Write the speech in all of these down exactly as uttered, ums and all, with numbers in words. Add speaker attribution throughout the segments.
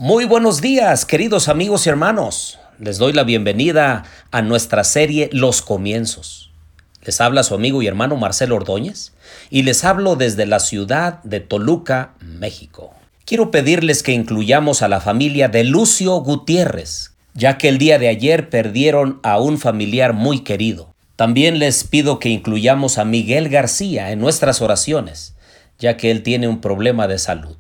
Speaker 1: Muy buenos días, queridos amigos y hermanos. Les doy la bienvenida a nuestra serie Los Comienzos. Les habla su amigo y hermano Marcelo Ordóñez y les hablo desde la ciudad de Toluca, México. Quiero pedirles que incluyamos a la familia de Lucio Gutiérrez, ya que el día de ayer perdieron a un familiar muy querido. También les pido que incluyamos a Miguel García en nuestras oraciones, ya que él tiene un problema de salud.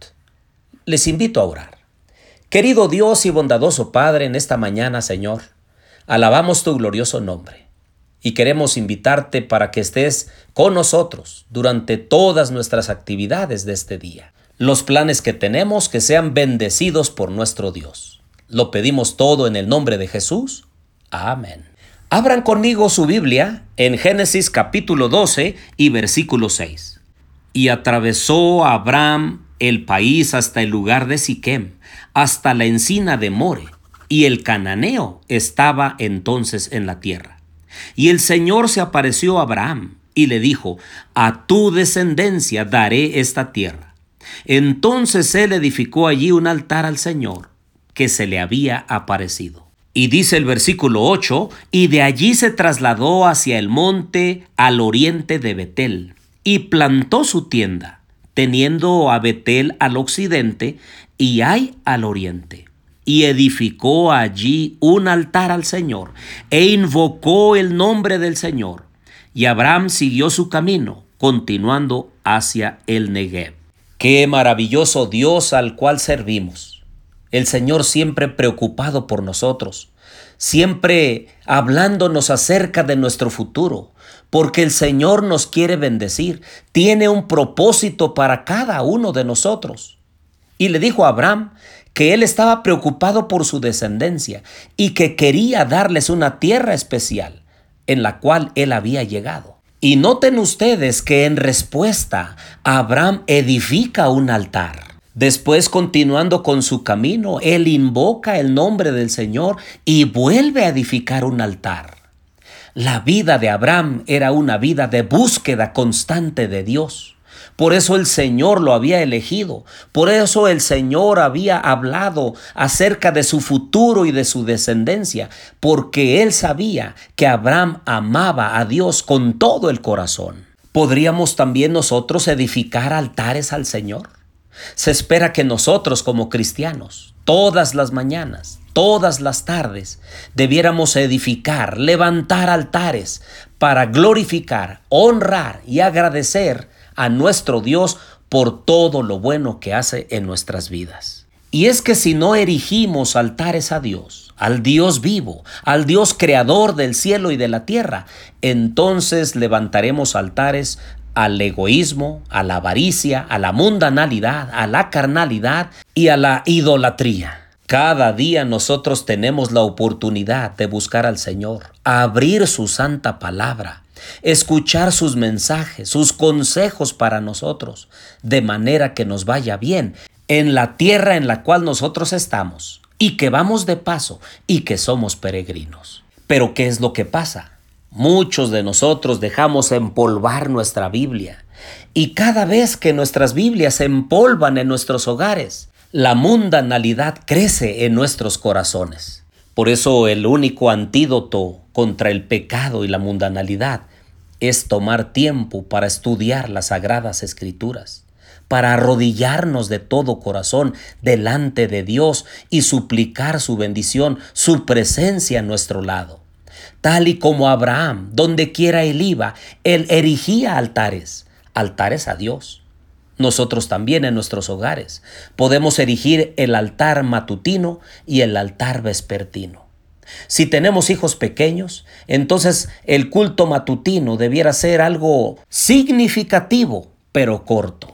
Speaker 1: Les invito a orar. Querido Dios y bondadoso Padre, en esta mañana, Señor, alabamos tu glorioso nombre y queremos invitarte para que estés con nosotros durante todas nuestras actividades de este día. Los planes que tenemos que sean bendecidos por nuestro Dios. Lo pedimos todo en el nombre de Jesús. Amén. Abran conmigo su Biblia en Génesis capítulo doce y versículo seis. Y atravesó Abraham el país hasta el lugar de Siquem, hasta la encina de More, y el cananeo estaba entonces en la tierra. Y el Señor se apareció a Abraham y le dijo: a tu descendencia daré esta tierra. Entonces él edificó allí un altar al Señor que se le había aparecido. Y dice el versículo ocho, y de allí se trasladó hacia el monte al oriente de Betel, y plantó su tienda, teniendo a Betel al occidente y Ai al oriente. Y edificó allí un altar al Señor, e invocó el nombre del Señor. Y Abraham siguió su camino, continuando hacia el Negev. Qué maravilloso Dios al cual servimos. El Señor siempre preocupado por nosotros, siempre hablándonos acerca de nuestro futuro, porque el Señor nos quiere bendecir, tiene un propósito para cada uno de nosotros. Y le dijo a Abraham que él estaba preocupado por su descendencia y que quería darles una tierra especial en la cual él había llegado. Y noten ustedes que en respuesta Abraham edifica un altar. Después, continuando con su camino, él invoca el nombre del Señor y vuelve a edificar un altar. La vida de Abraham era una vida de búsqueda constante de Dios. Por eso el Señor lo había elegido. Por eso el Señor había hablado acerca de su futuro y de su descendencia, porque él sabía que Abraham amaba a Dios con todo el corazón. ¿Podríamos también nosotros edificar altares al Señor? Se espera que nosotros como cristianos, todas las mañanas, todas las tardes, debiéramos edificar, levantar altares para glorificar, honrar y agradecer a nuestro Dios por todo lo bueno que hace en nuestras vidas. Y es que si no erigimos altares a Dios, al Dios vivo, al Dios creador del cielo y de la tierra, entonces levantaremos altares al egoísmo, a la avaricia, a la mundanalidad, a la carnalidad y a la idolatría. Cada día nosotros tenemos la oportunidad de buscar al Señor, abrir su santa palabra, escuchar sus mensajes, sus consejos para nosotros, de manera que nos vaya bien en la tierra en la cual nosotros estamos y que vamos de paso y que somos peregrinos. Pero ¿qué es lo que pasa? Muchos de nosotros dejamos empolvar nuestra Biblia y cada vez que nuestras Biblias se empolvan en nuestros hogares, la mundanalidad crece en nuestros corazones. Por eso el único antídoto contra el pecado y la mundanalidad es tomar tiempo para estudiar las Sagradas Escrituras, para arrodillarnos de todo corazón delante de Dios y suplicar su bendición, su presencia a nuestro lado. Tal y como Abraham, donde quiera él iba, él erigía altares, altares a Dios. Nosotros también en nuestros hogares podemos erigir el altar matutino y el altar vespertino. Si tenemos hijos pequeños, entonces el culto matutino debiera ser algo significativo, pero corto.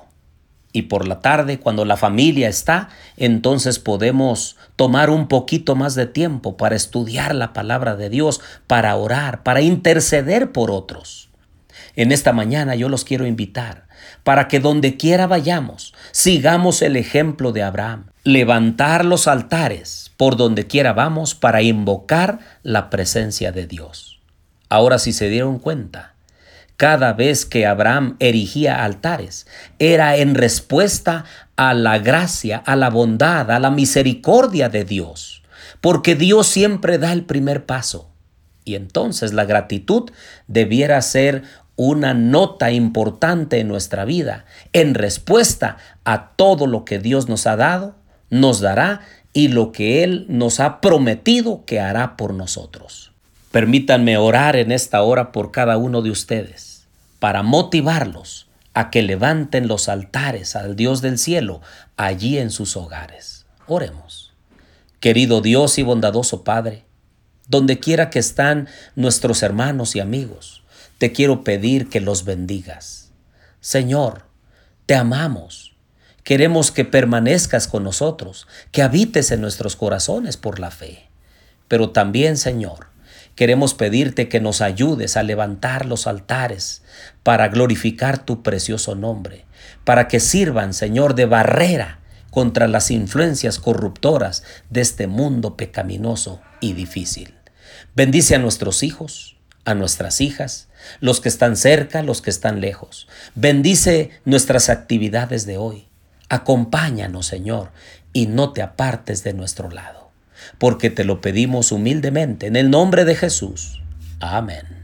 Speaker 1: Y por la tarde, cuando la familia está, entonces podemos tomar un poquito más de tiempo para estudiar la palabra de Dios, para orar, para interceder por otros. En esta mañana yo los quiero invitar para que donde quiera vayamos, sigamos el ejemplo de Abraham. Levantar los altares por donde quiera vamos para invocar la presencia de Dios. Ahora, si se dieron cuenta cada vez que Abraham erigía altares, era en respuesta a la gracia, a la bondad, a la misericordia de Dios, porque Dios siempre da el primer paso. Y entonces la gratitud debiera ser una nota importante en nuestra vida, en respuesta a todo lo que Dios nos ha dado, nos dará y lo que Él nos ha prometido que hará por nosotros. Permítanme orar en esta hora por cada uno de ustedes, para motivarlos a que levanten los altares al Dios del cielo allí en sus hogares. Oremos. Querido Dios y bondadoso Padre, donde quiera que están nuestros hermanos y amigos, te quiero pedir que los bendigas. Señor, te amamos. Queremos que permanezcas con nosotros, que habites en nuestros corazones por la fe. Pero también, Señor, queremos pedirte que nos ayudes a levantar los altares para glorificar tu precioso nombre, para que sirvan, Señor, de barrera contra las influencias corruptoras de este mundo pecaminoso y difícil. Bendice a nuestros hijos, a nuestras hijas, los que están cerca, los que están lejos. Bendice nuestras actividades de hoy. Acompáñanos, Señor, y no te apartes de nuestro lado, porque te lo pedimos humildemente en el nombre de Jesús. Amén.